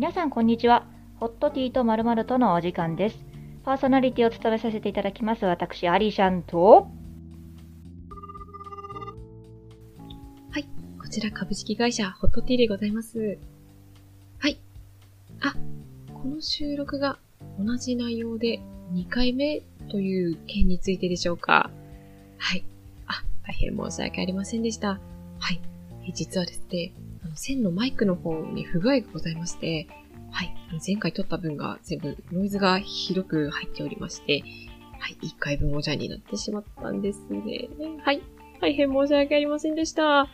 皆さんこんにちは。ホットティーと〇〇とのお時間です。パーソナリティを務めさせていただきます私アリシャンと、 はい、こちら株式会社ホットティーでございます。はい。この収録が同じ内容で2回目という件についてでしょうか。はい。大変申し訳ありませんでした。はい。実はですね、線のマイクの方に不具合がございまして、はい。前回撮った分が全部ノイズがひどく入っておりまして、はい。1回分おじゃになってしまったんですね。はい。大変申し訳ありませんでした。はい。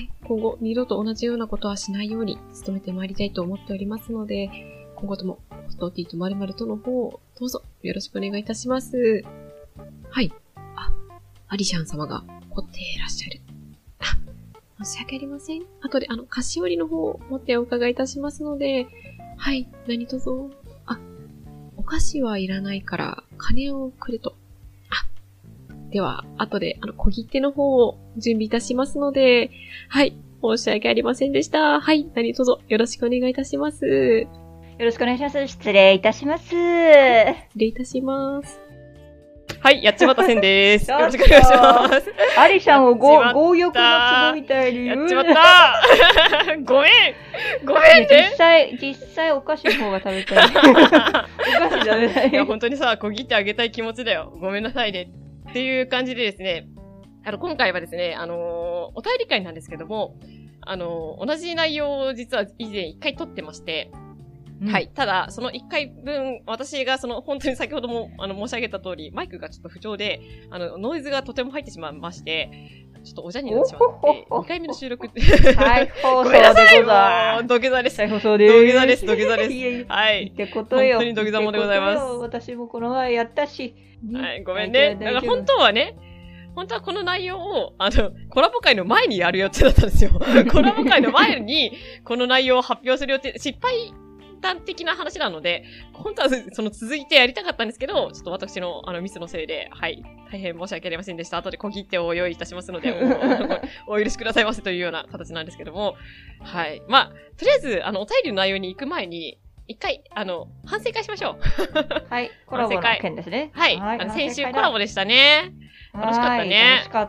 今後二度と同じようなことはしないように努めてまいりたいと思っておりますので、今後ともホットティーと〇〇との方をどうぞよろしくお願いいたします。はい。アリシャン様が凝っていらっしゃる。申し訳ありません。後で菓子折りの方を持ってお伺いいたしますので、はい、何卒。お菓子はいらないから金をくれと。では、後で小切手の方を準備いたしますので、はい、申し訳ありませんでした。はい、何卒よろしくお願いいたします。よよろしくお願いします。失礼いたします。 失礼いたします。はい、やっちまったせんでーす。よろしくお願いします。 アリシャンを強欲のツボみたいに言う。 やっちまったごめんね。 実際お菓子の方が食べたい。お菓子食べたい。 いや、本当にさ、小切ってあげたい気持ちだよ。ごめんなさいね。っていう感じでですね、今回はですね、お便り会なんですけども、同じ内容を実は以前1回撮ってまして、はい。ただ、その1回分、私が本当に先ほども、申し上げた通り、マイクがちょっと不調で、ノイズがとても入ってしまいまして、ちょっとおじゃになってしまって、2回目の収録って。 再放送でございます。 土下座です。 再放送です。 土下座です。はい。 ってことよ。 本当に土下座もでございます。 私もこの前やったし。 はい、ごめんね。だから本当はこの内容を、コラボ会の前にやる予定だったんですよ。コラボ会の前に、この内容を発表する予定、失敗談的な話なので、本当は続いてやりたかったんですけど、ちょっと私のミスのせいで、はい、大変申し訳ありませんでした。後で小切手を用意いたしますので、お許しくださいませというような形なんですけども、はい。まあ、とりあえず、お便りの内容に行く前に、一回、反省会しましょう。 はい、コラボの件ですね。 はい。先週コラボでしたね。楽しかったね。 楽しかった。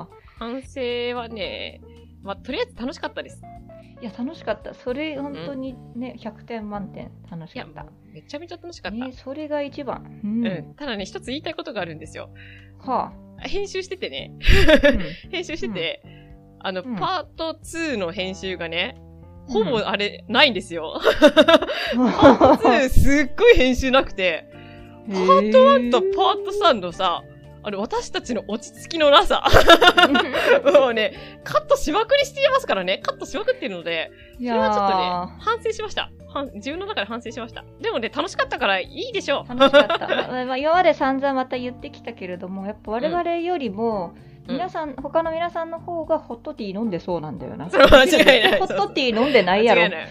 反省はね、まあ、とりあえず楽しかったです。 いや、楽しかった。それ、本当にね、100点満点楽しかった。 めちゃめちゃ楽しかった。 それが一番。 ただね、一つ言いたいことがあるんですよ。編集しててね。編集してて、パート2の編集がね、ほぼないんですよ。パート2すっごい編集なくて、パート1とパート3のさ、私たちの落ち着きのなさ。もうね、カットしまくりしていますからね。カットしまくってるので、それはちょっとね、反省しました。自分の中で反省しました。でもね、楽しかったからいいでしょう。 楽しかった。今まで散々また言ってきたけれども、やっぱ我々よりも、他の皆さんの方がホットティー飲んでそうなんだよな。 それは間違いない。 ホットティー飲んでないやろ。 間違いない。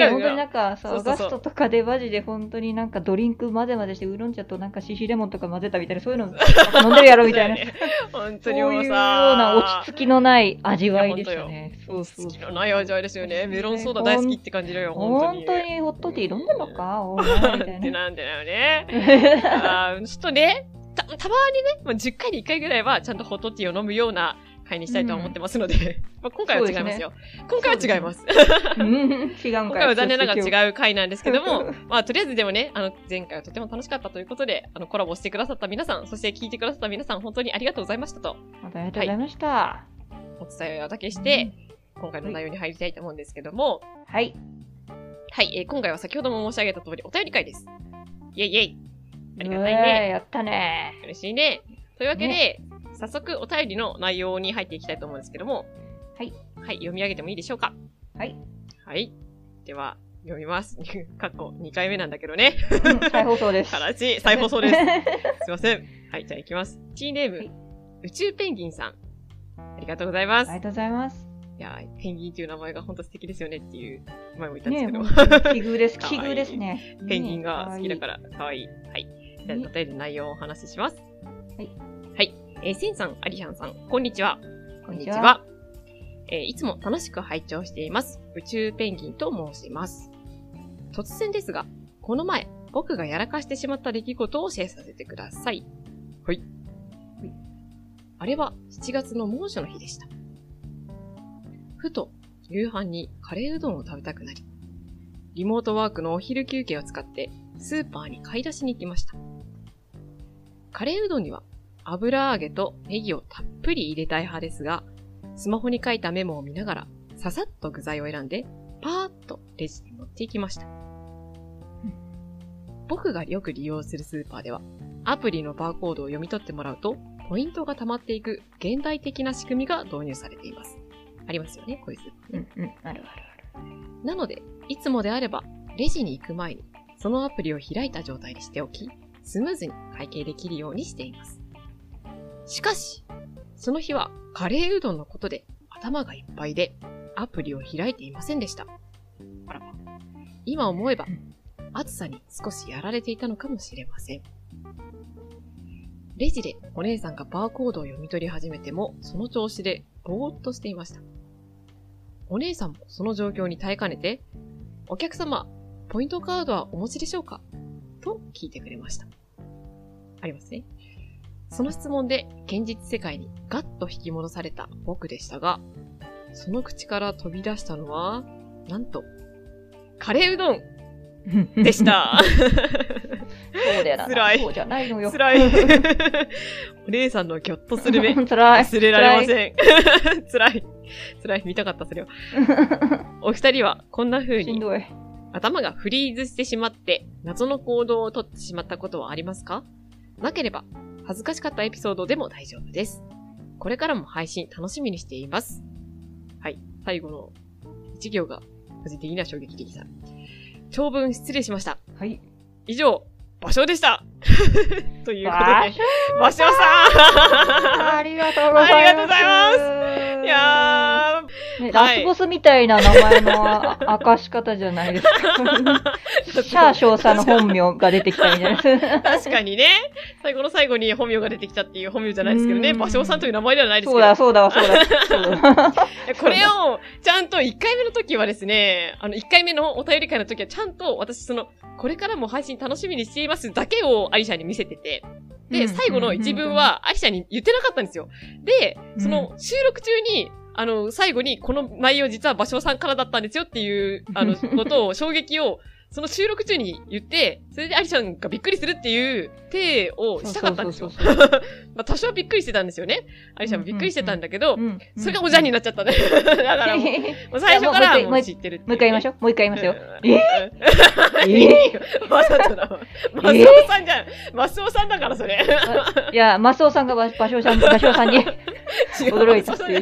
本当になんかさ、ガストとかでマジで本当になんかドリンク混ぜしてウーロン茶となんかシシレモンとか混ぜたみたいな、そういうの飲んでるやろみたいな。 本当にもうさ。 そういうような落ち着きのない味わいでしたね。 落ち着きのない味わいですよね。メロンソーダ大好きって感じだよ、 本当にホットティー飲んでんのかみたいな。 なんでだよね。ちょっとね、たまにね、10回に1回ぐらいはちゃんとホットティーを飲むような回にしたいと思ってますので、今回は違いますよ。今回は違います。今回は残念ながら違う回なんですけども、まあとりあえずでもね、前回はとても楽しかったということで、コラボしてくださった皆さん、そして聞いてくださった皆さん、本当にありがとうございましたと。 ありがとうございました。 お伝えをだけして、今回の内容に入りたいと思うんですけども、 はい。 はい、今回は先ほども申し上げた通りお便り会です。イェイイェイ。ありがたいね。 やったね。 嬉しいね。というわけで、早速お便りの内容に入っていきたいと思うんですけども。 はい。 はい、読み上げてもいいでしょうか。 はい。 はい。では、読みます。過去2回目なんだけどね。 再放送です。 悲しい。再放送です。すいません。はい、じゃあ行きます。T ネーム、宇宙ペンギンさん。ありがとうございます。 ありがとうございます。 いやー、ペンギンっていう名前が本当素敵ですよねっていう前も言ったんですけど。 奇遇です。奇遇ですね。 ペンギンが好きだから可愛い。はい。じゃあ、お便りの内容をお話しします。 はい。 はい。センさん、アリシャンさん、こんにちは。 こんにちは。 いつも楽しく拝聴しています。宇宙ペンギンと申します。 突然ですが、この前、僕がやらかしてしまった出来事をシェアさせてください。はい。あれは7月の猛暑の日でした。ふと、夕飯にカレーうどんを食べたくなり、リモートワークのお昼休憩を使ってスーパーに買い出しに行きました。カレーうどんには油揚げとネギをたっぷり入れたい派ですが、スマホに書いたメモを見ながらささっと具材を選んでパーッとレジに持っていきました。僕がよく利用するスーパーではアプリのバーコードを読み取ってもらうとポイントが溜まっていく現代的な仕組みが導入されています。ありますよね、こういうスーパーね。 あるあるある。 なので、いつもであればレジに行く前にそのアプリを開いた状態にしておき、スムーズに会計できるようにしています。しかし、その日はカレーうどんのことで頭がいっぱいでアプリを開いていませんでした。あら、今思えば暑さに少しやられていたのかもしれません。レジでお姉さんがバーコードを読み取り始めてもその調子でぼーっとしていました。お姉さんもその状況に耐えかねて、お客様、ポイントカードはお持ちでしょうかと聞いてくれました。ありますね。その質問で現実世界にガッと引き戻された僕でしたが、その口から飛び出したのは、なんと、カレーうどんでした。 そうだよな。 辛い。 そうじゃないのよ。 辛い。お姉さんのギョッとする目。 辛い。 忘れられません。辛い。辛い。見たかった、それを。お二人はこんな風に頭がフリーズしてしまって謎の行動をとってしまったことはありますか？なければ恥ずかしかったエピソードでも大丈夫です。これからも配信楽しみにしています。はい。最後の一行が個人的には衝撃的だ。長文失礼しました。 はい。 以上、芭蕉でした。ということで、芭蕉さんありがとうございます。 ありがとうございます。いやー、 ね、ラスボスみたいな名前の明かし方じゃないですか。シャー少佐の本名が出てきたみたいな。 確かにね、最後の最後に本名が出てきたっていう本名じゃないですけどね、芭蕉さんという名前ではないですけど。 そうだ。 これを、ちゃんと1回目の時はですね、1回目のお便り会の時はちゃんと私これからも配信楽しみにしていますだけをアリシャに見せてて、で、最後の一文はアリシャに言ってなかったんですよ。で、その収録中に、最後にこの内容実は芭蕉さんからだったんですよっていう、ことを、衝撃を、その収録中に言って、それでアリシャンがびっくりするっていう体をしたかったんですよ。まあ多少びっくりしてたんですよね。アリシャンもびっくりしてたんだけど、それがおじゃんになっちゃったね。だからもう最初からもう知ってるっていう。 もう一回言いましょう。もう一回言いますよ。 わざとだ。マスオさんじゃん。マスオさんだからそれ。 いや、マスオさんが芭蕉さんに驚いたっていう。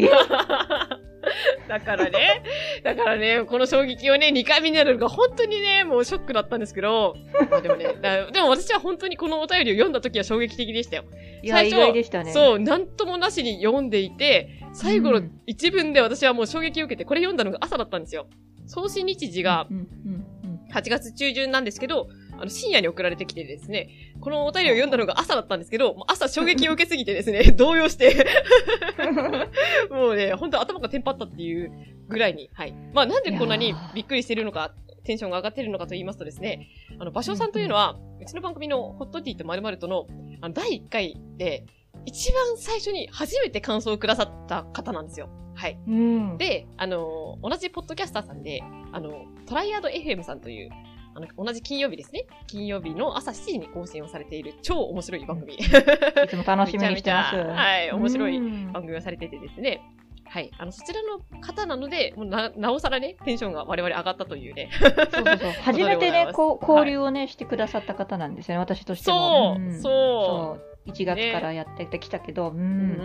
だからね、この衝撃をね、2回目になるのが本当にね、もうショックだったんですけど、まあでもね、でも私は本当にこのお便りを読んだ時は衝撃的でしたよ。 いや、意外でしたね。 そう、なんともなしに読んでいて、最後の一文で私はもう衝撃を受けて、これ読んだのが朝だったんですよ。送信日時が8月中旬なんですけど、深夜に送られてきてですね、このお便りを読んだのが朝だったんですけど、朝衝撃を受けすぎてですね、動揺して、もうね、本当頭がテンパったっていうぐらいに、はい。まあなんでこんなにびっくりしてるのか、テンションが上がってるのかと言いますとですね、芭蕉さんというのは、うちの番組のホットティーと〇〇との、第1回で、一番最初に初めて感想をくださった方なんですよ。はい。で、同じポッドキャスターさんで、トライアド FM さんという、同じ金曜日ですね。金曜日の朝7時に更新をされている超面白い番組。いつも楽しみにしてます。 はい、面白い番組をされててですね。はい。そちらの方なので、もうなおさらね、テンションが我々上がったというね。 そう。初めてね、交流をね、してくださった方なんですよね、私としても。そう。1月からやってきたけど、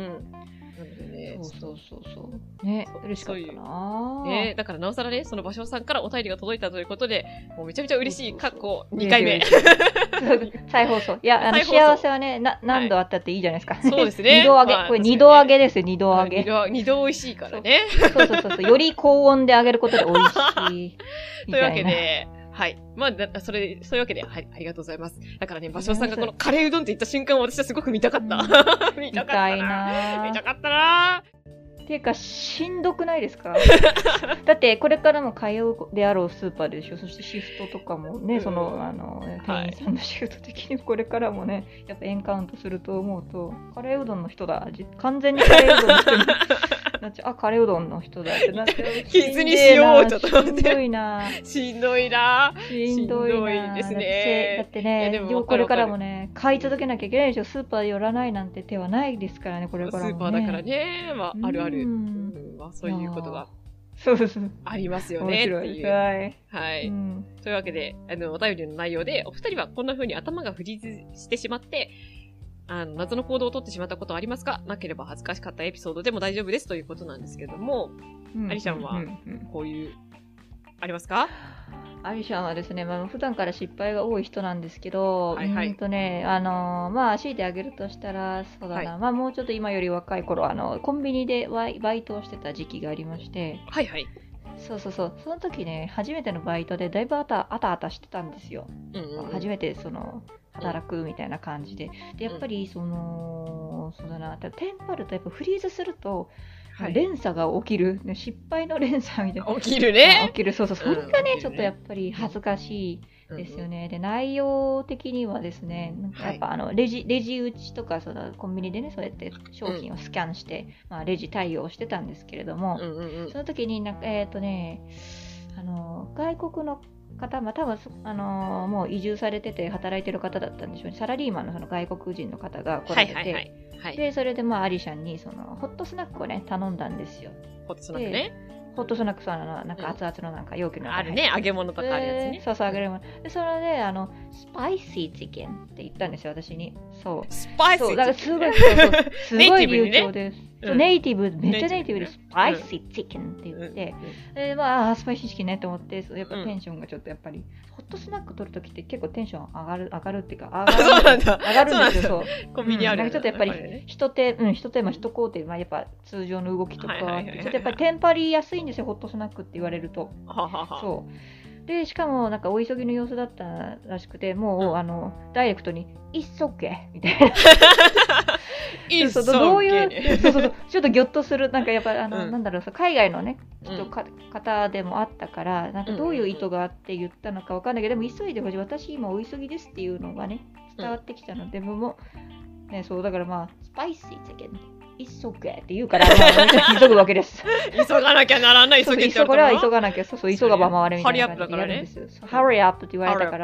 そうね、嬉しかったな。 ね、だからなおさらね、その芭蕉さんからお便りが届いたということで、もうめちゃめちゃ嬉しい、2回目。 再放送。いや、幸せはね、何度あったっていいじゃないですか。 そうですね。 2度上げ。これ2度上げですよ、2度上げ。 2度美味しいからね。 そう。より高温で上げることで美味しい。 というわけで、はい。まあ、そういうわけで、はい、ありがとうございます。だからね、芭蕉さんがこのカレーうどんって言った瞬間を私はすごく見たかった。見たかったな。 ていうかしんどくないですか？だってこれからも通うであろうスーパーでしょ。そしてシフトとかもね、その店員さんのシフト的にこれからもね、やっぱエンカウントすると思うと、カレーうどんの人だ、完全にカレーうどんの人になっちゃう。あ、カレーうどんの人だってなっちゃう。 傷にしようと思って。 しんどいな。 しんどいな。 しんどいな。 ですね。 だってね、これからもね、買い続けなきゃいけないでしょ。スーパー寄らないなんて手はないですからね、これからも、ね。 スーパーだからね、まあ、あるある。まあ、そういうことがありますよねっていう。はい。というわけで、お便りの内容で、お二人はこんな風に頭がフリーズしてしまって、謎の行動を取ってしまったことはありますか？なければ恥ずかしかったエピソードでも大丈夫ですということなんですけども、アリシャンはこういう、ありますか？ アリシャンはですね、普段から失敗が多い人なんですけど、 はいはい、 強いてあげるとしたら、そうだな、もうちょっと今より若い頃、コンビニでバイトをしてた時期がありまして、 はいはい。 その時ね、初めてのバイトでだいぶあたあたしてたんですよ。初めて働くみたいな感じで。で、やっぱりそうだな、テンパるとやっぱフリーズすると、連鎖が起きる、失敗の連鎖みたいな。 起きるね。 起きる、そう。それがね、ちょっとやっぱり恥ずかしいですよね。で、内容的にはですね、なんかやっぱレジ打ちとか、コンビニでね、そうやって商品をスキャンして、レジ対応してたんですけれども、その時に外国の方、多分もう移住されてて働いてる方だったんでしょうね。サラリーマンの外国人の方が来られて、でそれでアリシャンにホットスナックをね頼んだんですよ。 ホットスナックね。 ホットスナックさんのなんか熱々のなんか容器の中あるね、揚げ物とかあるやつね。 そう揚げ物。でそれでスパイシーチキンって言ったんですよ、私に。そう。 スパイシーチキン。 だからすごい流暢です。ネイティブ、めっちゃネイティブでスパイシーチキンって言って、スパイシーチキンねと思って、やっぱテンションがちょっとやっぱり、ホットスナック取るときって結構テンション上がるっていうか、上がるんですよ。 コンビニある。 ちょっとやっぱり一手間一工程、やっぱ通常の動きとか、ちょっとやっぱりテンパりやすいんですよ、ホットスナックって言われると。そう。で、しかもなんかお急ぎの様子だったらしくて、もうダイレクトに「It's okay」みたいな。どういうちょっとギョッとする、なんかやっぱなんだろう、海外のね方でもあったから、なんかどういう意図があって言ったのかわかんないけど、でも急いでほしい、私今お急ぎですっていうのがね伝わってきたので、もうね、そうだからスパイシーチキンIt's okay って言うから、急ぐわけです。 急がなきゃならない、 急がなきゃ、急がば回れみたいな感じでやるんですよ。Hurry up って言われたから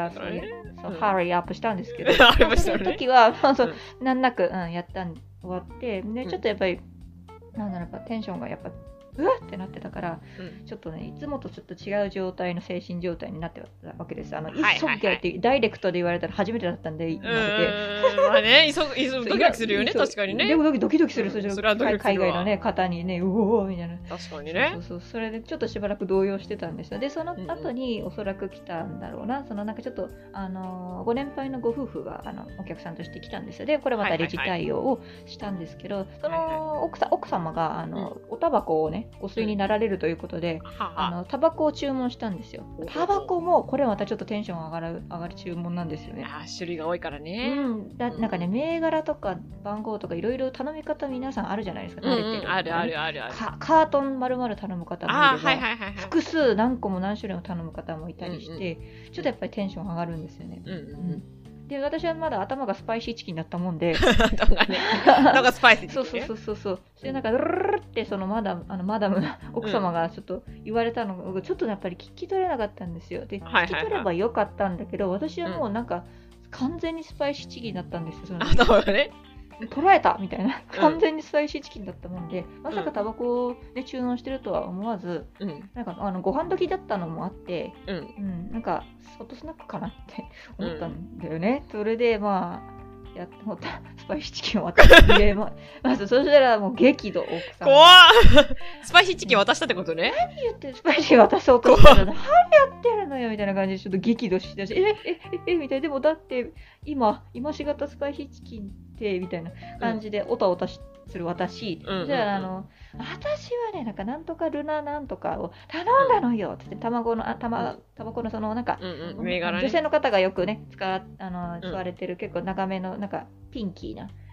、Hurry up したんですけど、その時は難なくやったん終わって、ちょっとやっぱりなんだろう、テンションがやっぱうわってなってたから、ちょっとね、いつもとちょっと違う状態の精神状態になってたわけです。It's okay ってダイレクトで言われたら初めてだったんで、今まで。 まあね、ドキドキするよね、確かにね。 でもドキドキする、海外のね、方にね、うおーみたいな。 確かにね。 それでちょっとしばらく動揺してたんですよ。で、その後におそらく来たんだろうな、なんかちょっと、ご年配のご夫婦がお客さんとして来たんですよ。で、これまたレジ対応をしたんですけど、その奥様がおタバコをね、お吸いになられるということで、タバコを注文したんですよ。タバコもこれまたちょっとテンション上がる注文なんですよね。 種類が多いからね。 なんかね、銘柄とか番号とかいろいろ頼み方皆さんあるじゃないですか。慣れてる。 ある。 カートン丸々頼む方もいれば、複数何個も何種類も頼む方もいたりして、ちょっとやっぱりテンション上がるんですよね。で、私はまだ頭がスパイシーチキンだったもんで、 頭がスパイシーチキン。 そう。で、なんかルルルルってマダムの奥様がちょっと言われたのがちょっとやっぱり聞き取れなかったんですよ。で、聞き取ればよかったんだけど、私はもうなんか完全にスパイシーチキンだったんですよ。 頭がね。 捉えたみたいな、完全にスパイシーチキンだったもんで、まさかタバコを、ね、注文してるとは思わず、なんかご飯時だったのもあって、なんかホットスナックかなって思ったんだよね。それでやってもったスパイシーチキンを渡してまずそしたらもう激怒、奥さん。 怖っスパイシーチキン渡したってことね。 何言ってスパイシー渡そうとしたら何やってるのよみたいな感じでちょっと激怒してみたいな。でもだって今しがたスパイシーチキンってみたいな感じでおたおたする私、じゃあ私はね、なんとかルナなんとかを頼んだのよって言って、タバコのなんか、女性の方がよくね使われてる結構長めのなんかピンキーな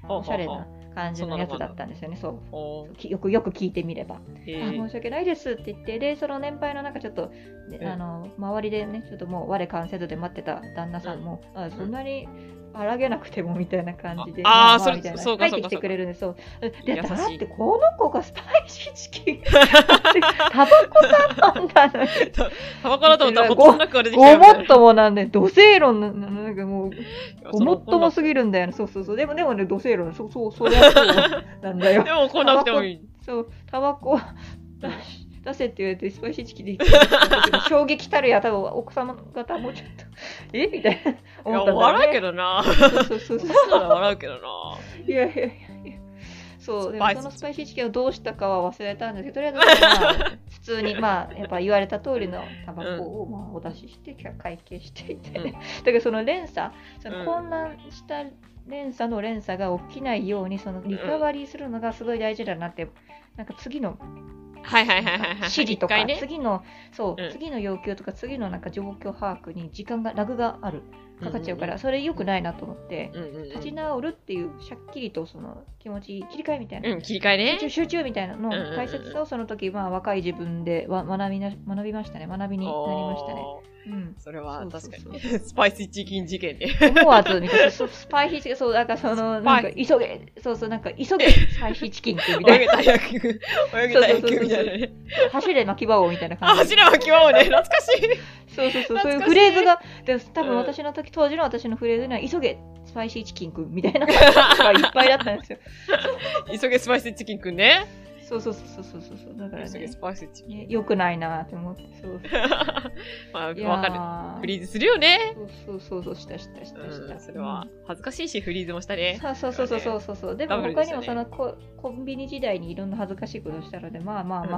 おしゃれな感じのやつだったんですよね。そう。よく聞いてみれば。申し訳ないですって言って、で、その年配のなんかちょっと、周りでね、ちょっともう我関せずで待ってた旦那さんも、そんなに荒げなくてもみたいな感じで、 そうか、 入ってきてくれるんですよ。で、だってこの子がスパイシーチキン、タバコさんなんだのに。 タバコだと思ったらほとんどなくは出てきた。ごもっともなんで、土星論なんかもう、ごもっともすぎるんだよね。そう。でもね、土星論、そりゃそうなんだよ。 でも来なくてもいい。 そう、タバコ出せって言われてスパイシーチキンで言って衝撃たるや、多分奥様方もちょっとみたいな思ったんだよね。笑うけどな。そう笑うけどな。 いやそう、でもそのスパイシーチキンをどうしたかは忘れたんですけど、とりあえず普通にやっぱ言われた通りのタバコをお出しして会計していて、だからその連鎖、混乱した連鎖が起きないようにそのリカバリーするのがすごい大事だなって、なんか次の指示とか、次の要求とか次のなんか状況把握にラグがかかっちゃうから、それ良くないなと思って、立ち直るっていうしゃっきりとその気持ち切り替えみたいな、 切り替えね、 集中みたいなの大切さをその時若い自分で学びましたね。学びになりましたね。 それは確かにスパイスチキン事件で思わずスパイシーチキン、そうだからそのなんか急げスパイシーチキンってみたいな泳げた野球みたいなね、 走れ巻き場王みたいな感じ、 走れ巻き場王ね、懐かしい。 そういうフレーズが多分当時の私のフレーズには急げスパイシーチキンくんみたいな感じがいっぱいだったんですよ。 急げスパイシーチキンくんね。 そうだからね、 スパイスチキン良くないなって思って、 わかる。フリーズするよね。 そうした。 それは恥ずかしいしフリーズもしたね。 そう。でも他にもそのコンビニ時代にいろんな恥ずかしいことをしたので、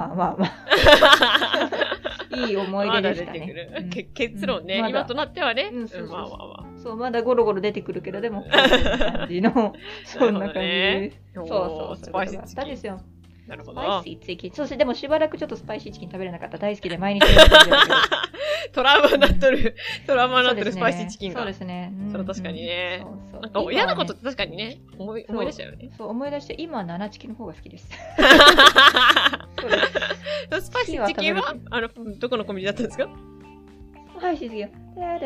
いい思い出でしたね。 結論ね、今となってはね。 そう、まだゴロゴロ出てくるけど、でもこんな感じの、そんな感じです。 スパイシーチキンですよ。 なるほど。 スパイシーチキン。そうですね。でもしばらくちょっとスパイシーチキン食べれなかった。大好きで毎日食べてるけど。 トラウマになってるスパイシーチキンが。 そうですね。 それ確かにね。なんか嫌なことって確かにね、思い出しちゃうよね。 そう、思い出して、今は7チキンの方が好きです。 スパイシーチキンはどこのコンビニだったんですか？ スパイシーチキン。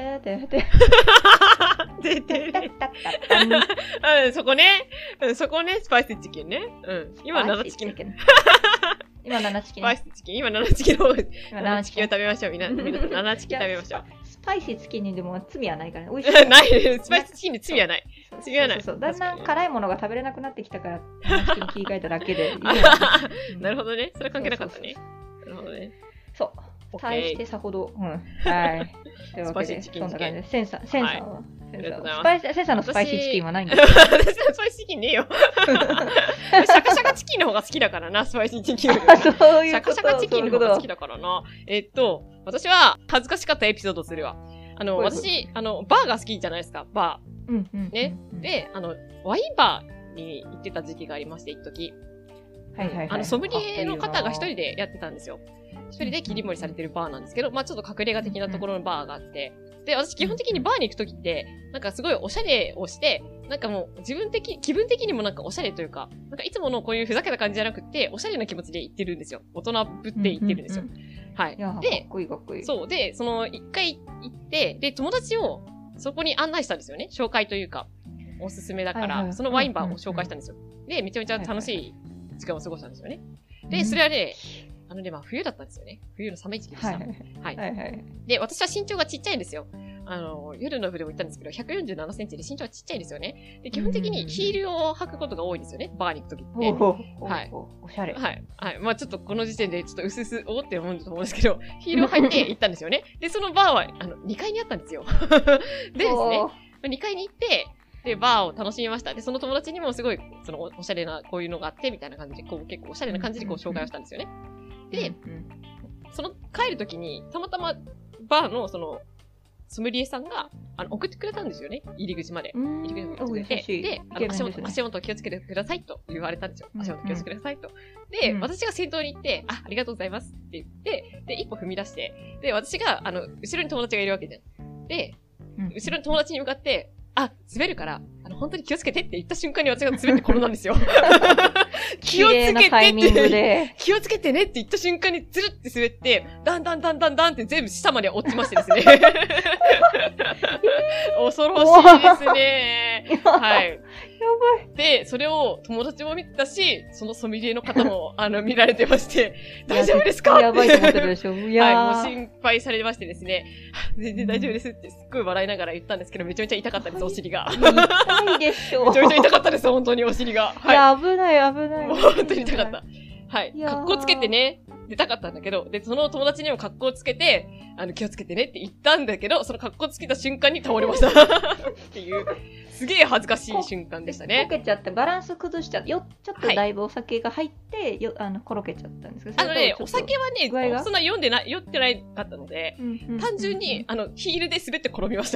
そこね、スパイスチキンね。今7チキン。 今7チキン。 スパイスチキン。今7チキンの方。7チキンを食べましょう。みんな7チキン食べましょう。 スパイスチキンにでも罪はないからね。美味しい。 ない。スパイスチキンに罪はない。罪はない。 だんだん辛いものが食べれなくなってきたから、7チキン切り替えただけで。 なるほどね。それ関係なかったね。なるほどね。 そう。対してさほど。はい。というわけで、そんな感じで。センサーはセンサーのスパイシーチキンはないんですか？ 私のスパイシーチキンねえよ。シャカシャカチキンの方が好きだからな、スパイシーチキンより。 そういうこと。 シャカシャカチキンの方が好きだからな。私は恥ずかしかったエピソードするわ。私、バーが好きじゃないですか、バー。ね。で、ワインバーに行ってた時期がありまして、一時。ソムリエの方が一人でやってたんですよ。一人で切り盛りされてるバーなんですけど、ちょっと隠れ家的なところのバーがあって、で、私基本的にバーに行くときって、なんかすごいおしゃれをして、なんかもう気分的にもなんかおしゃれというか、なんかいつものこういうふざけた感じじゃなくて、おしゃれな気持ちで行ってるんですよ。大人ぶって行ってるんですよ。はい。で、かっこいい。 そう。で、その一回行って、で、友達をそこに案内したんですよね。紹介というか、おすすめだから、そのワインバーを紹介したんですよ。で、めちゃめちゃ楽しい時間を過ごしたんですよね。で、それはね、冬だったんですよね。冬の寒い時期でした。はい。で、私は身長がちっちゃいんですよ。夜の部でも言ったんですけど、147センチで身長がちっちゃいんですよね。で、基本的にヒールを履くことが多いんですよね。バーに行くときって。 はい。おしゃれ。 はい。ちょっとこの時点でちょっと薄々おって思うんだと思うんですけど、ヒールを履いて行ったんですよね。で、そのバーは、2階にあったんですよ。でですね、2階に行って、で、バーを楽しみました。で、その友達にもすごい、そのおしゃれな、こういうのがあって、みたいな感じで、結構おしゃれな感じで紹介をしたんですよね。で、帰るときに、たまたまバーのソムリエさんが、送ってくれたんですよね。入り口まで。入り口まで送ってくれて。で、足元気をつけてくださいと言われたんですよ。足元気をつけてくださいと。で、私が先頭に行って、ありがとうございますって言って、で、一歩踏み出して、で、私が、後ろに友達がいるわけじゃん。で、後ろに友達に向かって、 滑るから、本当に気をつけてって言った瞬間に私が滑って転んだんですよ。 気をつけてって、 気をつけてねって言った瞬間にずるって滑って、だんだんって全部下まで落ちましてですね。恐ろしいですね。はい。 やばい。 で、それを友達も見てたし、そのソミリエの方も、見られてまして、大丈夫ですかって。 やばいと思ってるでしょ。いやはい、もう心配されましてですね、全然大丈夫ですってすっごい笑いながら言ったんですけど、めちゃめちゃ痛かったです、お尻が。 痛いでしょ。 めちゃめちゃ痛かったです、本当にお尻が。 はい。いや、危ない。 もう本当に痛かった。はい。格好つけてね、出たかったんだけど、で、その友達にも格好つけて、気をつけてねって言ったんだけど、その格好つけた瞬間に倒れました。っていう、すげえ恥ずかしい瞬間でしたね。 こけちゃって、バランス崩しちゃって、ちょっとだいぶお酒が入って、転けちゃったんですけど、お酒はね、そんな酔ってないかったので、単純に、ヒールで滑って転びました。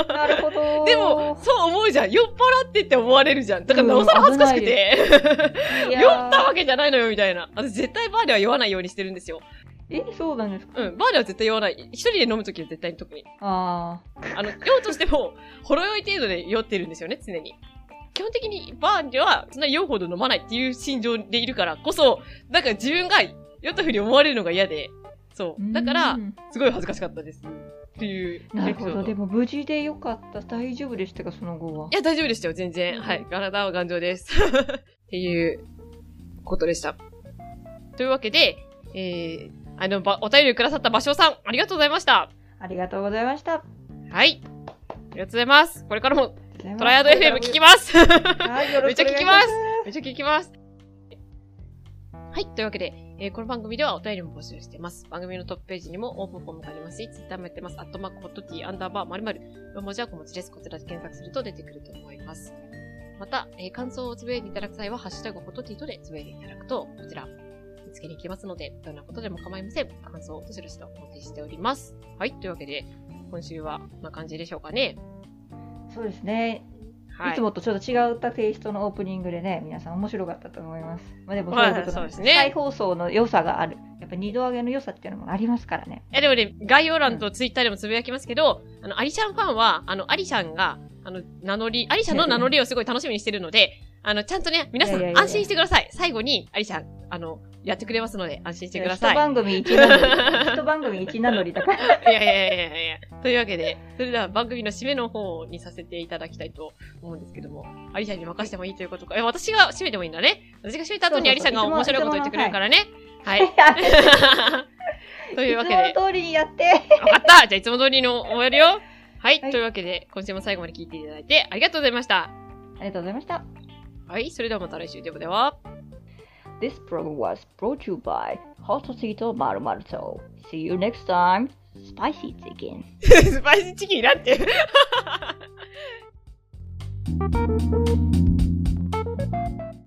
なるほど。 でも、そう思うじゃん。酔っ払ってって思われるじゃん。だからなおさら恥ずかしくて。酔ったわけじゃないのよ、みたいな。私絶対バーでは酔わないようにしてるんですよ。 そうなんですか？ バーでは絶対酔わない。一人で飲むときは絶対に特に。酔うとしても、ほろ酔い程度で酔ってるんですよね、常に。基本的にバーではそんな酔うほど飲まないっていう心情でいるからこそ、だから自分が酔ったふうに思われるのが嫌で、そう。だから、すごい恥ずかしかったです。っていう。 なるほど。でも無事でよかった。大丈夫でしたか、その後は。 いや、大丈夫でしたよ、全然。はい。体は頑丈です。っていうことでした。というわけで、お便りくださった芭蕉さん、ありがとうございました。 ありがとうございました。 はい。ありがとうございます。これからも、トライアド FM 聞きます。 はい、よろしくお願いします。 めっちゃ聞きます。はい。というわけで、この番組ではお便りも募集しています。番組のトップページにもオープンフォームがありますし、ツイッターもやってます。@hot_t__〇〇。4文字は小文字です。こちらで検索すると出てくると思います。また、感想をつぶやいていただく際は、ハッシュタグホットティーとでつぶやいていただくと、こちら、見つけに行きますので、どんなことでも構いません。感想をどしどしとお待ちしております。はい。というわけで、今週はこんな感じでしょうかね。 そうですね。いつもとちょっと違ったテイストのオープニングでね、皆さん面白かったと思います。まあでもそういうことなんですね。再放送の良さがある。やっぱ二度上げの良さっていうのもありますからね。 でもね、概要欄とツイッターでもつぶやきますけど、アリシャンファンは、アリシャンが、アリシャンの名乗りをすごい楽しみにしてるので、ちゃんとね、皆さん安心してください。最後に、アリシャン、やってくれますので、安心してください。 一番組一名乗り。一番組一名乗りだから。 いや。というわけで、それでは番組の締めの方にさせていただきたいと思うんですけども、アリシャンに任せてもいいということか。私が締めてもいいんだね。私が締めた後にアリシャンが面白いこと言ってくれるからね。はい。というわけで。 いつも通りにやって。 わかった。じゃあいつも通りの終わるよ。はい。というわけで、今週も最後まで聞いていただいてありがとうございました。 ありがとうございました。 はい。それではまた来週。では。 This program was brought to you by Hototito Marumaruto. See you next time. Spicy chicken. スパイシーチキンだって